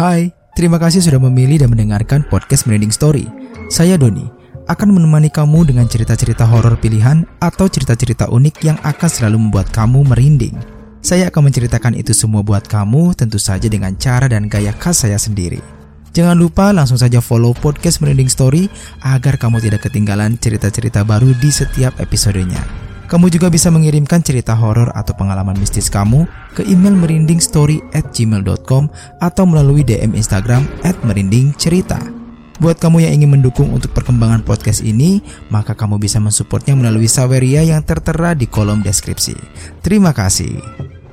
Hai, terima kasih sudah memilih dan mendengarkan podcast Merinding Story. Saya Doni, akan menemani kamu dengan cerita-cerita horor pilihan atau cerita-cerita unik yang akan selalu membuat kamu merinding. Saya akan menceritakan itu semua buat kamu, tentu saja dengan cara dan gaya khas saya sendiri. Jangan lupa langsung saja follow podcast Merinding Story agar kamu tidak ketinggalan cerita-cerita baru di setiap episodenya. Kamu juga bisa mengirimkan cerita horor atau pengalaman mistis kamu ke email merindingstory@gmail.com atau melalui DM Instagram @merindingcerita. Buat kamu yang ingin mendukung untuk perkembangan podcast ini, maka kamu bisa mensupportnya melalui Saweria yang tertera di kolom deskripsi. Terima kasih.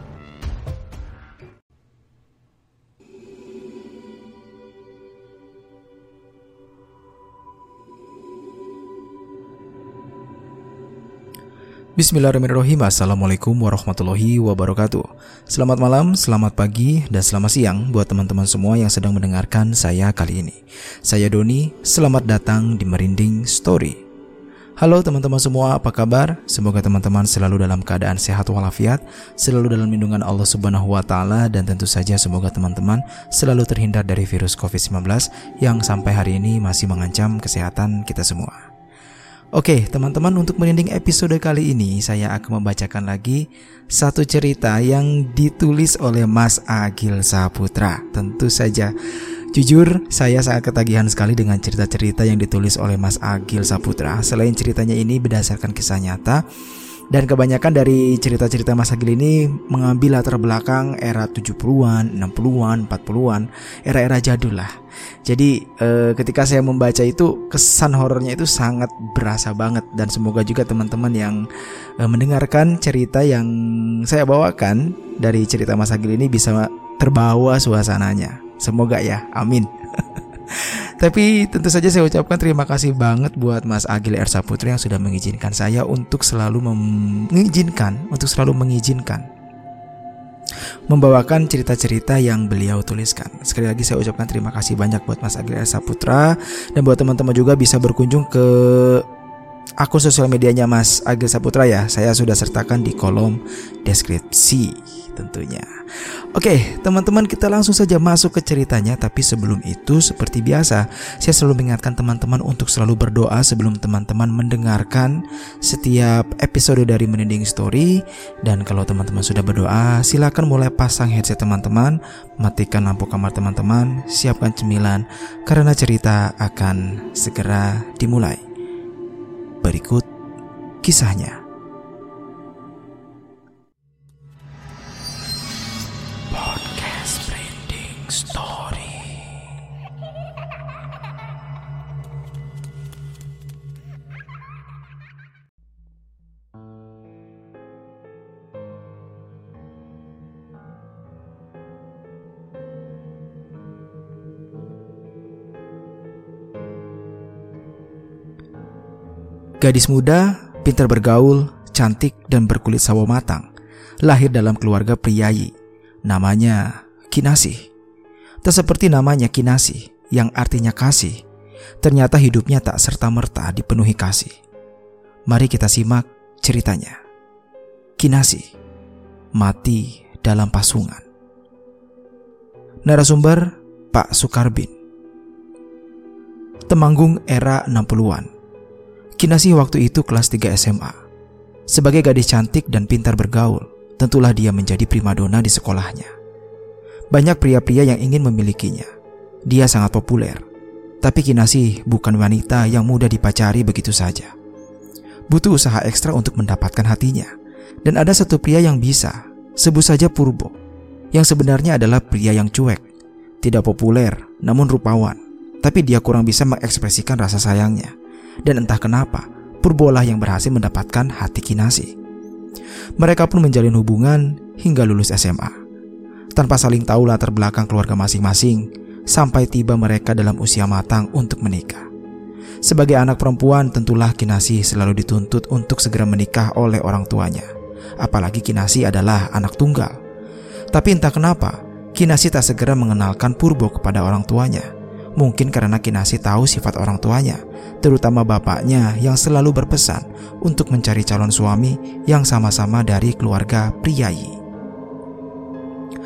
Bismillahirrahmanirrahim. Assalamualaikum warahmatullahi wabarakatuh. Selamat malam, selamat pagi, dan selamat siang buat teman-teman semua yang sedang mendengarkan saya kali ini. Saya Doni, selamat datang di Merinding Story. Halo teman-teman semua, apa kabar? Semoga teman-teman selalu dalam keadaan sehat walafiat, selalu dalam lindungan Allah Subhanahu wa Ta'ala, dan tentu saja semoga teman-teman selalu terhindar dari virus COVID-19 yang sampai hari ini masih mengancam kesehatan kita semua. Oke teman-teman, untuk merinding episode kali ini saya akan membacakan lagi satu cerita yang ditulis oleh Mas Agil Saputra. Tentu saja, jujur saya sangat ketagihan sekali dengan cerita-cerita yang ditulis oleh Mas Agil Saputra. Selain ceritanya ini berdasarkan kisah nyata, dan kebanyakan dari cerita-cerita Mas Agil ini mengambil latar belakang era 70-an, 60-an, 40-an, era-era jadul lah. Jadi ketika saya membaca itu, kesan horornya itu sangat berasa banget. Dan semoga juga teman-teman yang mendengarkan cerita yang saya bawakan dari cerita Mas Agil ini bisa terbawa suasananya. Semoga ya, amin. Tapi tentu saja saya ucapkan terima kasih banget buat Mas Agil R. Saputra yang sudah mengizinkan saya untuk selalu mengizinkan membawakan cerita-cerita yang beliau tuliskan. Sekali lagi saya ucapkan terima kasih banyak buat Mas Agil R. Saputra. Dan buat teman-teman juga bisa berkunjung ke akun sosial medianya Mas Agil Saputra ya. Saya sudah sertakan di kolom deskripsi tentunya. Oke teman-teman, kita langsung saja masuk ke ceritanya. Tapi sebelum itu, seperti biasa, saya selalu mengingatkan teman-teman untuk selalu berdoa sebelum teman-teman mendengarkan setiap episode dari Merinding Story. Dan kalau teman-teman sudah berdoa, silakan mulai pasang headset teman-teman, matikan lampu kamar teman-teman, siapkan cemilan, karena cerita akan segera dimulai. Berikut kisahnya. Podcast Merinding Story. Gadis muda, pintar bergaul, cantik dan berkulit sawo matang, lahir dalam keluarga priayi. Namanya Kinasih. Tak seperti namanya Kinasih yang artinya kasih, ternyata hidupnya tak serta-merta dipenuhi kasih. Mari kita simak ceritanya. Kinasih mati dalam pasungan. Narasumber Pak Sukarbin. Temanggung era 60-an. Kinasih waktu itu kelas 3 SMA. Sebagai gadis cantik dan pintar bergaul, tentulah dia menjadi primadona di sekolahnya. Banyak pria-pria yang ingin memilikinya. Dia sangat populer. Tapi Kinasih bukan wanita yang mudah dipacari begitu saja. Butuh usaha ekstra untuk mendapatkan hatinya. Dan ada satu pria yang bisa, sebut saja Purbo, yang sebenarnya adalah pria yang cuek, tidak populer, namun rupawan. Tapi dia kurang bisa mengekspresikan rasa sayangnya. Dan entah kenapa, Purbolah yang berhasil mendapatkan hati Kinasih. Mereka pun menjalin hubungan hingga lulus SMA, tanpa saling tahu latar belakang keluarga masing-masing, sampai tiba mereka dalam usia matang untuk menikah. Sebagai anak perempuan, tentulah Kinasih selalu dituntut untuk segera menikah oleh orang tuanya. Apalagi Kinasih adalah anak tunggal. Tapi entah kenapa, Kinasih tak segera mengenalkan Purbo kepada orang tuanya. Mungkin karena Kinasih tahu sifat orang tuanya, terutama bapaknya yang selalu berpesan untuk mencari calon suami yang sama-sama dari keluarga priayi.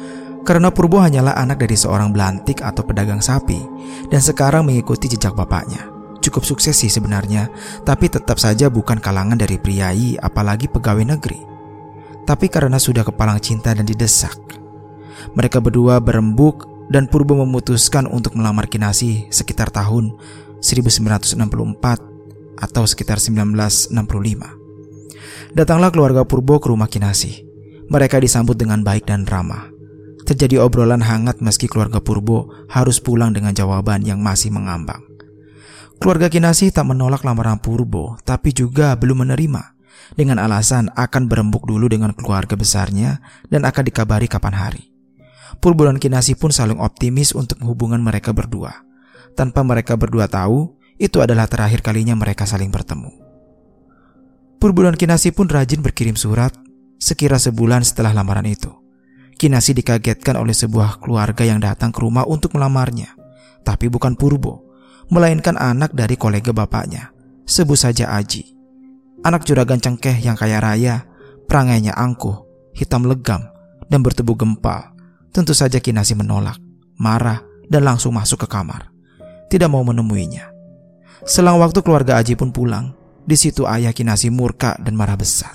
Karena Purbo hanyalah anak dari seorang belantik atau pedagang sapi dan sekarang mengikuti jejak bapaknya. Cukup sukses sih sebenarnya, tapi tetap saja bukan kalangan dari priai apalagi pegawai negeri. Tapi karena sudah kepalang cinta dan didesak, mereka berdua berembuk dan Purbo memutuskan untuk melamar Kinasih sekitar tahun 1964 atau sekitar 1965. Datanglah keluarga Purbo ke rumah Kinasih. Mereka disambut dengan baik dan ramah. Terjadi obrolan hangat meski keluarga Purbo harus pulang dengan jawaban yang masih mengambang. Keluarga Kinasih tak menolak lamaran Purbo, tapi juga belum menerima, dengan alasan akan berembuk dulu dengan keluarga besarnya dan akan dikabari kapan hari. Purbo dan Kinasih pun saling optimis untuk hubungan mereka berdua. Tanpa mereka berdua tahu, itu adalah terakhir kalinya mereka saling bertemu. Purbo dan Kinasih pun rajin berkirim surat sekira sebulan setelah lamaran itu. Kinasih dikagetkan oleh sebuah keluarga yang datang ke rumah untuk melamarnya. Tapi bukan Purbo, melainkan anak dari kolega bapaknya. Sebut saja Aji. Anak juragan cengkeh yang kaya raya, perangainya angkuh, hitam legam, dan bertubuh gempal. Tentu saja Kinasih menolak, marah, dan langsung masuk ke kamar. Tidak mau menemuinya. Selang waktu keluarga Aji pun pulang. Di situ ayah Kinasih murka dan marah besar.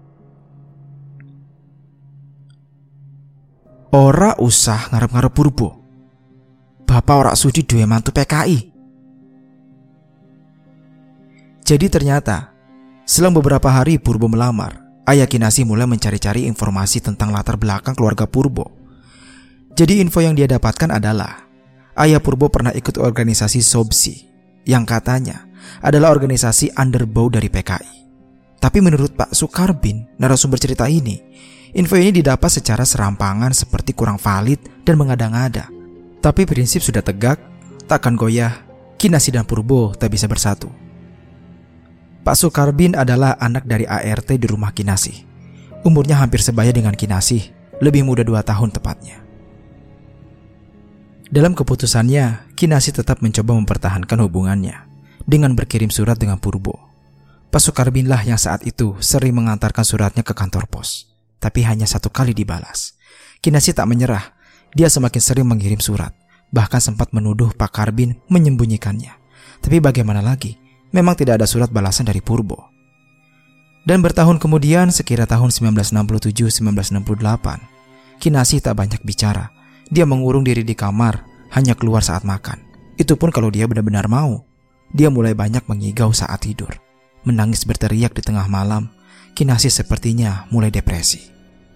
Ora usah ngarep-ngarep Purbo. Bapak ora sudi duwe mantu PKI. Jadi ternyata, selang beberapa hari Purbo melamar, ayah Kinasih mulai mencari-cari informasi tentang latar belakang keluarga Purbo. Jadi info yang dia dapatkan adalah, ayah Purbo pernah ikut organisasi Sobsi, yang katanya adalah organisasi underbow dari PKI. Tapi menurut Pak Sukarbin, narasumber cerita ini, info ini didapat secara serampangan seperti kurang valid dan mengada-ngada. Tapi prinsip sudah tegak, takkan goyah, Kinasih dan Purbo tak bisa bersatu. Pak Sukarbin adalah anak dari ART di rumah Kinasih. Umurnya hampir sebaya dengan Kinasih, lebih muda 2 tahun tepatnya. Dalam keputusannya, Kinasih tetap mencoba mempertahankan hubungannya dengan berkirim surat dengan Purbo. Pak Sukarbin lah yang saat itu sering mengantarkan suratnya ke kantor pos. Tapi hanya 1 kali dibalas. Kinasih tak menyerah. Dia semakin sering mengirim surat. Bahkan sempat menuduh Pak Karbin menyembunyikannya. Tapi bagaimana lagi? Memang tidak ada surat balasan dari Purbo. Dan bertahun kemudian, sekira tahun 1967-1968, Kinasih tak banyak bicara. Dia mengurung diri di kamar, hanya keluar saat makan. Itu pun kalau dia benar-benar mau. Dia mulai banyak mengigau saat tidur. Menangis berteriak di tengah malam. Kinasih sepertinya mulai depresi.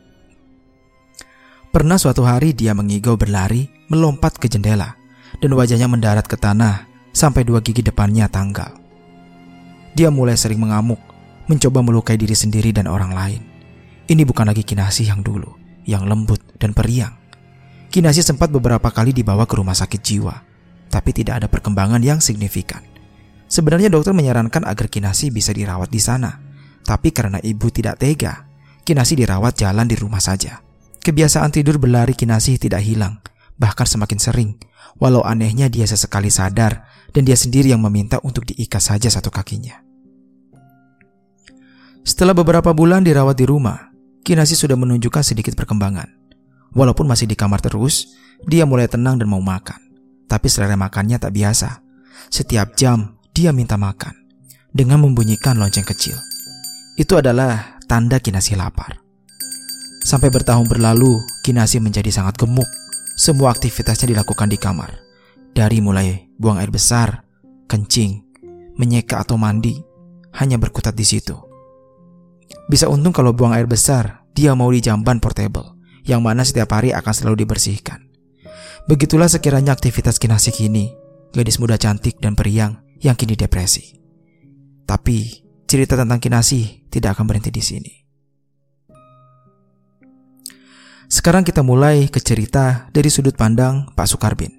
Pernah suatu hari dia mengigau berlari, melompat ke jendela, dan wajahnya mendarat ke tanah sampai 2 gigi depannya tanggal. Dia mulai sering mengamuk, mencoba melukai diri sendiri dan orang lain. Ini bukan lagi Kinasih yang dulu, yang lembut dan periang. Kinasih sempat beberapa kali dibawa ke rumah sakit jiwa, tapi tidak ada perkembangan yang signifikan. Sebenarnya dokter menyarankan agar Kinasih bisa dirawat di sana, tapi karena ibu tidak tega, Kinasih dirawat jalan di rumah saja. Kebiasaan tidur berlari Kinasih tidak hilang, bahkan semakin sering. Walau anehnya dia sesekali sadar dan dia sendiri yang meminta untuk diikat saja 1 kakinya. Setelah beberapa bulan dirawat di rumah, Kinasih sudah menunjukkan sedikit perkembangan. Walaupun masih di kamar terus, dia mulai tenang dan mau makan. Tapi selera makannya tak biasa. Setiap jam dia minta makan dengan membunyikan lonceng kecil. Itu adalah tanda Kinasih lapar. Sampai bertahun berlalu, Kinasih menjadi sangat gemuk. Semua aktivitasnya dilakukan di kamar. Dari mulai buang air besar, kencing, menyeka atau mandi, hanya berkutat di situ. Bisa untung kalau buang air besar, dia mau di jamban portable, yang mana setiap hari akan selalu dibersihkan. Begitulah sekiranya aktivitas Kinasih kini, gadis muda cantik dan periang yang kini depresi. Tapi cerita tentang Kinasih tidak akan berhenti di sini. Sekarang kita mulai ke cerita dari sudut pandang Pak Sukarbin.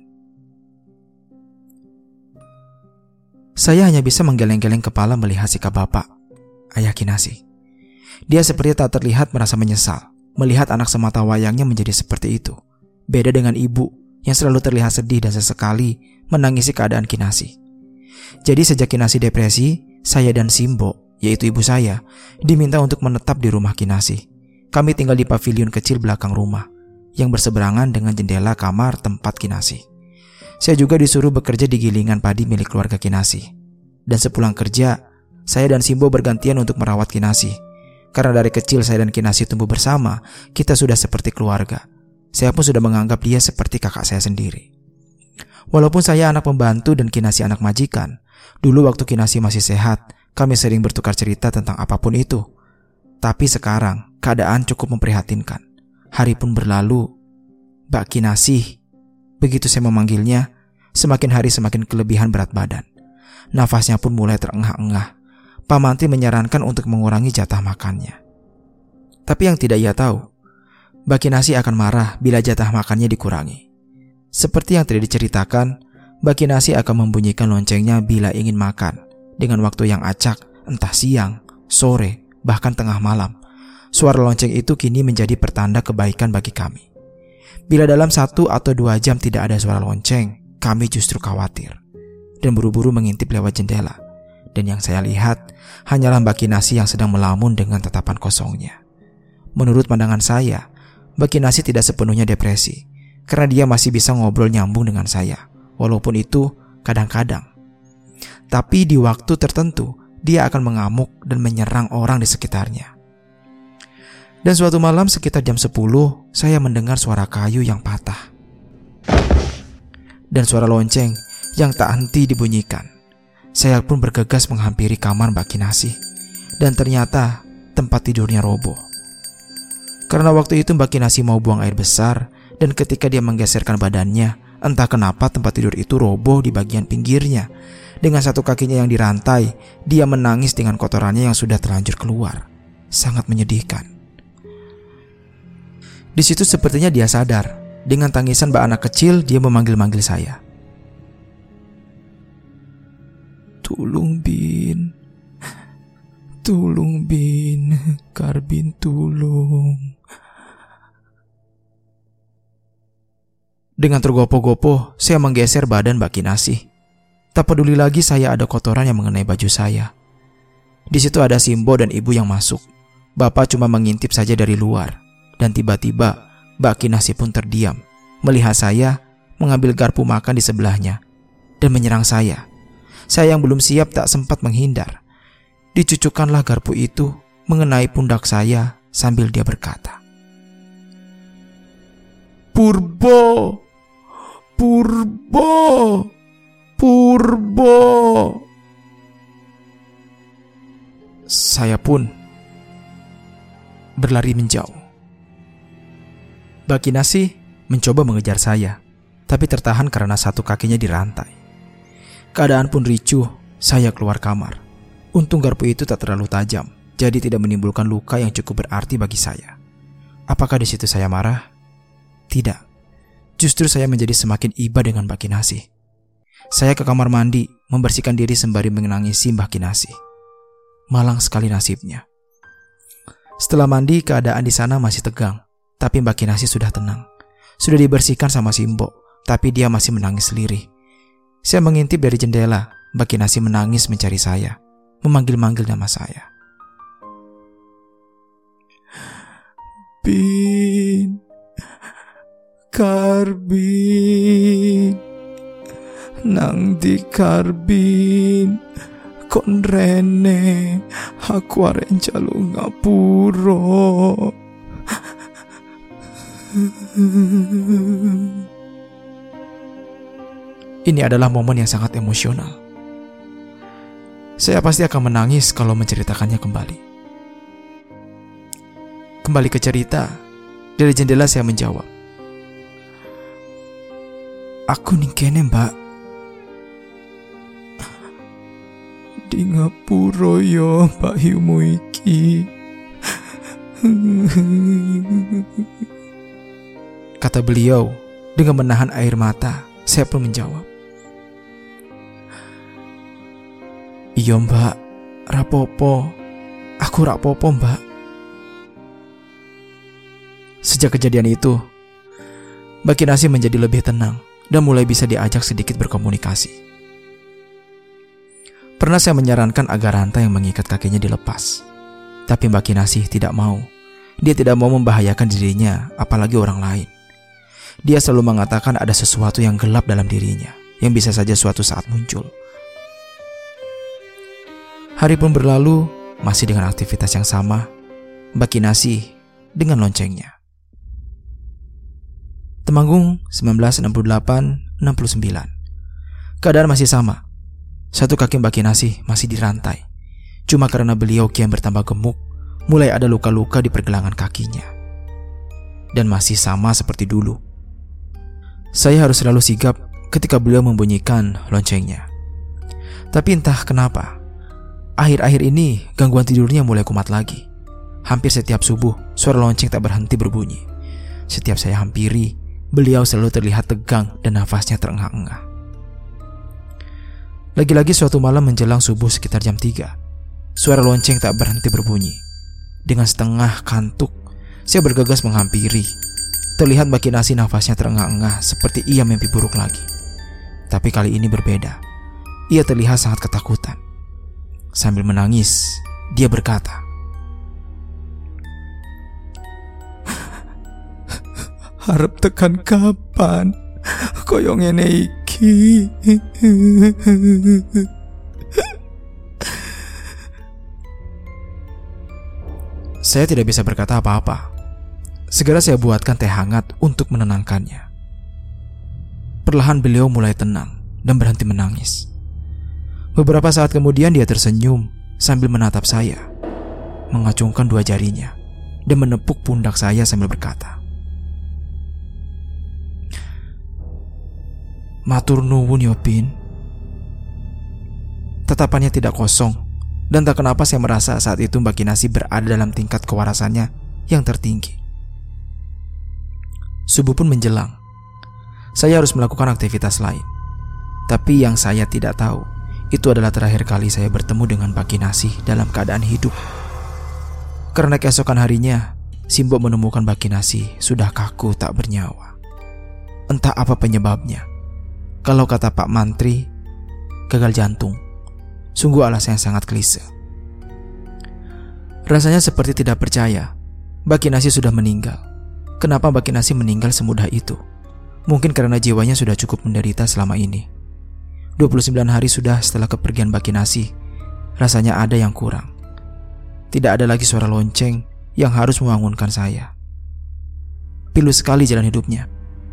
Saya hanya bisa menggeleng-geleng kepala melihat sikap bapak, ayah Kinasih. Dia seperti tak terlihat merasa menyesal melihat anak semata wayangnya menjadi seperti itu. Beda dengan ibu yang selalu terlihat sedih dan sesekali menangisi keadaan Kinasih. Jadi sejak Kinasih depresi, saya dan Simbo, yaitu ibu saya, diminta untuk menetap di rumah Kinasih. Kami tinggal di pavilion kecil belakang rumah, yang berseberangan dengan jendela kamar tempat Kinasih. Saya juga disuruh bekerja di gilingan padi milik keluarga Kinasih. Dan sepulang kerja, saya dan Simbo bergantian untuk merawat Kinasih. Karena dari kecil saya dan Kinasih tumbuh bersama, kita sudah seperti keluarga. Saya pun sudah menganggap dia seperti kakak saya sendiri. Walaupun saya anak pembantu dan Kinasih anak majikan, dulu waktu Kinasih masih sehat, kami sering bertukar cerita tentang apapun itu. Tapi sekarang, keadaan cukup memprihatinkan. Hari pun berlalu, Mbak Kinasih, begitu saya memanggilnya, semakin hari semakin kelebihan berat badan. Nafasnya pun mulai terengah-engah. Pak Mantri menyarankan untuk mengurangi jatah makannya. Tapi yang tidak ia tahu, Mbak Kinasih akan marah bila jatah makannya dikurangi. Seperti yang tadi diceritakan, Mbak Kinasih akan membunyikan loncengnya bila ingin makan, dengan waktu yang acak, entah siang, sore, bahkan tengah malam. Suara lonceng itu kini menjadi pertanda kebaikan bagi kami. Bila dalam 1 atau 2 jam tidak ada suara lonceng, kami justru khawatir dan buru-buru mengintip lewat jendela. Dan yang saya lihat hanyalah Mbak Kinasih yang sedang melamun dengan tatapan kosongnya. Menurut pandangan saya, Mbak Kinasih tidak sepenuhnya depresi, karena dia masih bisa ngobrol nyambung dengan saya, walaupun itu kadang-kadang. Tapi di waktu tertentu, dia akan mengamuk dan menyerang orang di sekitarnya. Dan suatu malam sekitar jam 10, saya mendengar suara kayu yang patah. Dan suara lonceng yang tak henti dibunyikan. Saya pun bergegas menghampiri kamar Mbak Kinasih. Dan ternyata tempat tidurnya roboh. Karena waktu itu Mbak Kinasih mau buang air besar, dan ketika dia menggeserkan badannya, entah kenapa tempat tidur itu roboh di bagian pinggirnya. Dengan satu kakinya yang dirantai, dia menangis dengan kotorannya yang sudah terlanjur keluar. Sangat menyedihkan. Di situ sepertinya dia sadar. Dengan tangisan mbak anak kecil, dia memanggil-manggil saya. Tulung Bin, Karbin tulung. Dengan tergopoh-gopoh, saya menggeser badan Mbak Kinasih. Tak peduli lagi saya ada kotoran yang mengenai baju saya. Di situ ada Simbo dan ibu yang masuk. Bapak cuma mengintip saja dari luar. Dan tiba-tiba Mbak Kinasih pun terdiam melihat saya mengambil garpu makan di sebelahnya dan menyerang saya. Saya yang belum siap tak sempat menghindar. Dicucukkanlah garpu itu mengenai pundak saya sambil dia berkata, Purbo! Saya pun berlari menjauh. Mbak Kinasih mencoba mengejar saya, tapi tertahan karena satu kakinya dirantai. Keadaan pun ricuh, saya keluar kamar. Untung garpu itu tak terlalu tajam, jadi tidak menimbulkan luka yang cukup berarti bagi saya. Apakah di situ saya marah? Tidak. Justru saya menjadi semakin iba dengan Mbak Kinasih. Saya ke kamar mandi, membersihkan diri sembari menangisi Mbak Kinasih. Malang sekali nasibnya. Setelah mandi, keadaan di sana masih tegang. Tapi Mbak Kinasih sudah tenang. Sudah dibersihkan sama Simbo, tapi dia masih menangis lirih. Saya mengintip dari jendela. Mbak Kinasih menangis mencari saya, memanggil-manggil nama saya. Bin, Karbin, nang di Karbin, kon rene, aku arek njaluk ngapura. Ini adalah momen yang sangat emosional. Saya pasti akan menangis kalau menceritakannya kembali. Kembali ke cerita, dari jendela saya menjawab, aku ning kene mbak, di ngapura yo mbak hiumu iki. Kata beliau dengan menahan air mata. Saya pun menjawab, iya mbak, rapopo, aku rapopo mbak. Sejak kejadian itu, Mbak Kinasih menjadi lebih tenang dan mulai bisa diajak sedikit berkomunikasi. Pernah saya menyarankan agar rantai yang mengikat kakinya dilepas, tapi Mbak Kinasih tidak mau. Dia tidak mau membahayakan dirinya, apalagi orang lain. Dia selalu mengatakan ada sesuatu yang gelap dalam dirinya, yang bisa saja suatu saat muncul. Hari pun berlalu, masih dengan aktivitas yang sama, Mbak Kinasih dengan loncengnya. Temanggung 1968-69. Keadaan masih sama. Satu kaki Mbak Kinasih masih dirantai. Cuma karena beliau kian bertambah gemuk, mulai ada luka-luka di pergelangan kakinya. Dan masih sama seperti dulu. Saya harus selalu sigap ketika beliau membunyikan loncengnya. Tapi entah kenapa, akhir-akhir ini gangguan tidurnya mulai kumat lagi. Hampir setiap subuh, suara lonceng tak berhenti berbunyi. Setiap saya hampiri, beliau selalu terlihat tegang dan nafasnya terengah-engah. Lagi-lagi suatu malam menjelang subuh sekitar jam 3, suara lonceng tak berhenti berbunyi. Dengan setengah kantuk, saya bergegas menghampiri. Terlihat Mbak Kinasih nafasnya terengah-engah seperti ia mimpi buruk lagi. Tapi kali ini berbeda. Ia terlihat sangat ketakutan. Sambil menangis, dia berkata, "Harap tekan kapan koyo ngene iki?" Saya tidak bisa berkata apa-apa. Segera saya buatkan teh hangat untuk menenangkannya. Perlahan beliau mulai tenang dan berhenti menangis. Beberapa saat kemudian dia tersenyum sambil menatap saya, mengacungkan dua jarinya dan menepuk pundak saya sambil berkata, "Matur nuwun yo Bin." Tatapannya tidak kosong, dan tak kenapa saya merasa saat itu Mbak Kinasih berada dalam tingkat kewarasannya yang tertinggi. Subuh pun menjelang. Saya harus melakukan aktivitas lain. Tapi yang saya tidak tahu, itu adalah terakhir kali saya bertemu dengan Mbak Kinasih dalam keadaan hidup. Karena keesokan harinya, Simbok menemukan Mbak Kinasih sudah kaku tak bernyawa. Entah apa penyebabnya. Kalau kata Pak Mantri, gagal jantung. Sungguh alasan yang sangat klise. Rasanya seperti tidak percaya Mbak Kinasih sudah meninggal. Kenapa Mbak Kinasih meninggal semudah itu? Mungkin karena jiwanya sudah cukup menderita selama ini. 29 hari sudah setelah kepergian Mbak Kinasih, rasanya ada yang kurang. Tidak ada lagi suara lonceng yang harus membangunkan saya. Pilu sekali jalan hidupnya.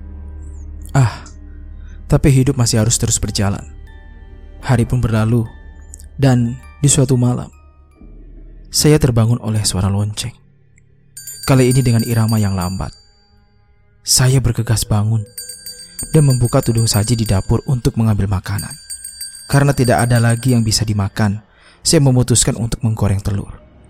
Tapi hidup masih harus terus berjalan. Hari pun berlalu, dan di suatu malam, saya terbangun oleh suara lonceng. Kali ini dengan irama yang lambat. Saya bergegas bangun dan membuka tudung saji di dapur untuk mengambil makanan. Karena tidak ada lagi yang bisa dimakan, saya memutuskan untuk menggoreng telur.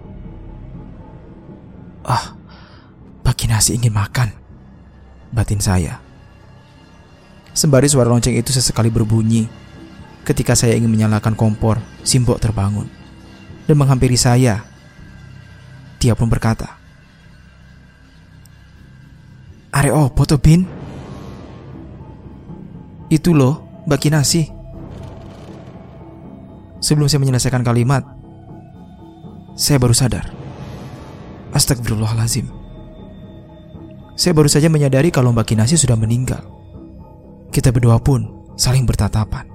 Mbak Kinasih ingin makan, batin saya. Sembari suara lonceng itu sesekali berbunyi, ketika saya ingin menyalakan kompor, Simbok terbangun dan menghampiri saya. Dia pun berkata, "Are opo to Bin?" "Itu loh, Mbak Kinasih." Sebelum saya menyelesaikan kalimat, saya baru sadar. Astagfirullahaladzim. Saya baru saja menyadari kalau Mbak Kinasih sudah meninggal. Kita berdua pun saling bertatapan.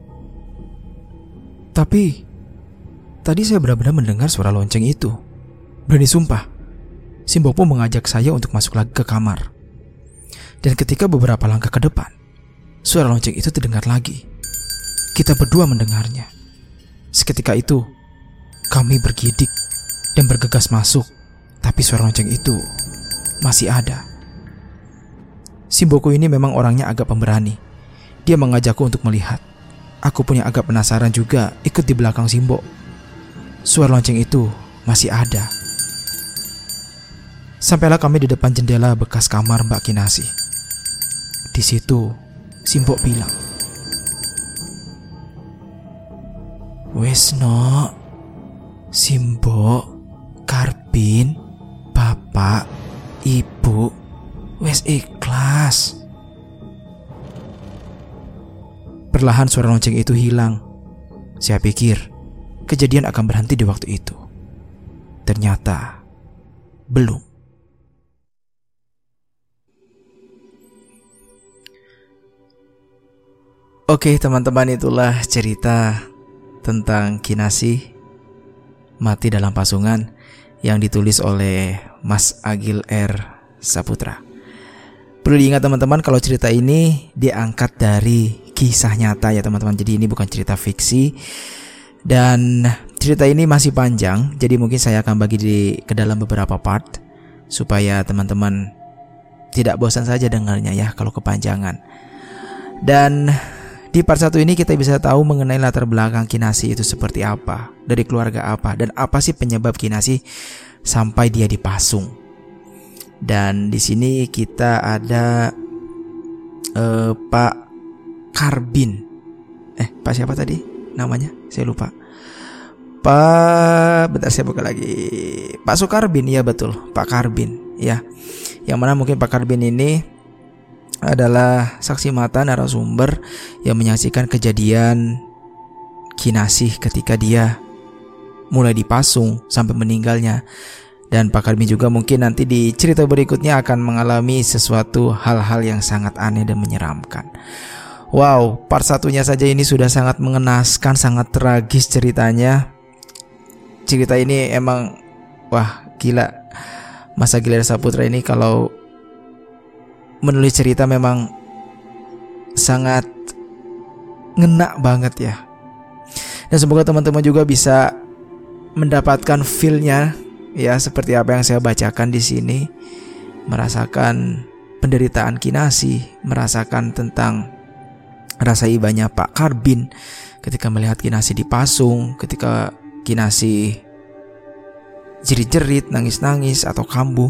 Tapi tadi saya benar-benar mendengar suara lonceng itu. Berani sumpah, Simbok pun mengajak saya untuk masuk lagi ke kamar. Dan ketika beberapa langkah ke depan, suara lonceng itu terdengar lagi. Kita berdua mendengarnya. Seketika itu, kami bergidik dan bergegas masuk. Tapi suara lonceng itu masih ada. Simbokku ini memang orangnya agak pemberani. Dia mengajakku untuk melihat. Aku pun yang agak penasaran juga ikut di belakang Simbok. Suara lonceng itu masih ada. Sampailah kami di depan jendela bekas kamar Mbak Kinasih. Di situ Simbok bilang, "Wes no, Simbok, Karbin, Bapak, Ibu, wes ikhlas." Perlahan suara lonceng itu hilang. Saya pikir kejadian akan berhenti di waktu itu. Ternyata belum. Oke teman-teman, itulah cerita tentang Kinasih Mati Dalam Pasungan yang ditulis oleh Mas Agil R. Saputra. Perlu diingat teman-teman, kalau cerita ini diangkat dari kisah nyata ya teman-teman. Jadi ini bukan cerita fiksi. Dan cerita ini masih panjang, jadi mungkin saya akan bagi ke dalam beberapa part supaya teman-teman tidak bosan saja dengarnya ya kalau kepanjangan. Dan di part 1 ini kita bisa tahu mengenai latar belakang Kinasih itu seperti apa, dari keluarga apa, dan apa sih penyebab Kinasih sampai dia dipasung. Dan di sini kita ada Pak Karbin. Pak siapa tadi namanya? Saya lupa. Bentar saya buka lagi. Pak Sukarbin, ya betul, Pak Karbin ya. Yang mana mungkin Pak Karbin ini adalah saksi mata narasumber yang menyaksikan kejadian Kinasih ketika dia mulai dipasung sampai meninggalnya. Dan Pak Karbin juga mungkin nanti di cerita berikutnya akan mengalami sesuatu hal-hal yang sangat aneh dan menyeramkan. Wow, part 1-nya saja ini sudah sangat mengenaskan, sangat tragis ceritanya. Cerita ini emang wah gila. Mas Agil R. Saputra ini kalau menulis cerita memang sangat ngena banget ya. Dan semoga teman-teman juga bisa mendapatkan feel-nya ya, seperti apa yang saya bacakan di sini. Merasakan penderitaan Kinasih, merasakan tentang rasa ibanya Pak Karbin ketika melihat Kinasih dipasung, ketika Kinasih jerit-jerit, nangis-nangis atau kambuh.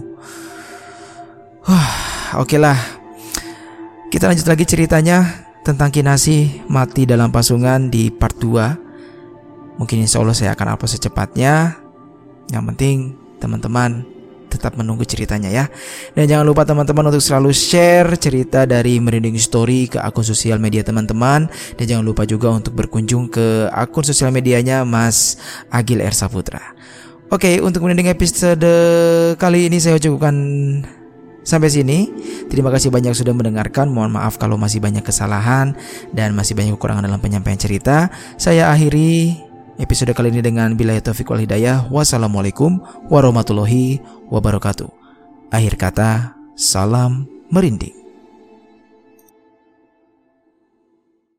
Oke lah, kita lanjut lagi ceritanya tentang Kinasih Mati Dalam Pasungan di part 2. Mungkin insya Allah saya akan upload secepatnya. Yang penting teman-teman tetap menunggu ceritanya ya. Dan jangan lupa teman-teman untuk selalu share cerita dari Merinding Story ke akun sosial media teman-teman. Dan jangan lupa juga untuk berkunjung ke akun sosial medianya Mas Agil R. Saputra. Oke, untuk Merinding episode kali ini saya cukupkan sampai sini. Terima kasih banyak sudah mendengarkan. Mohon maaf kalau masih banyak kesalahan dan masih banyak kekurangan dalam penyampaian cerita. Saya akhiri episode kali ini dengan billahi taufiq wal hidayah. Wassalamualaikum warahmatullahi wabarakatuh. Akhir kata, salam merinding.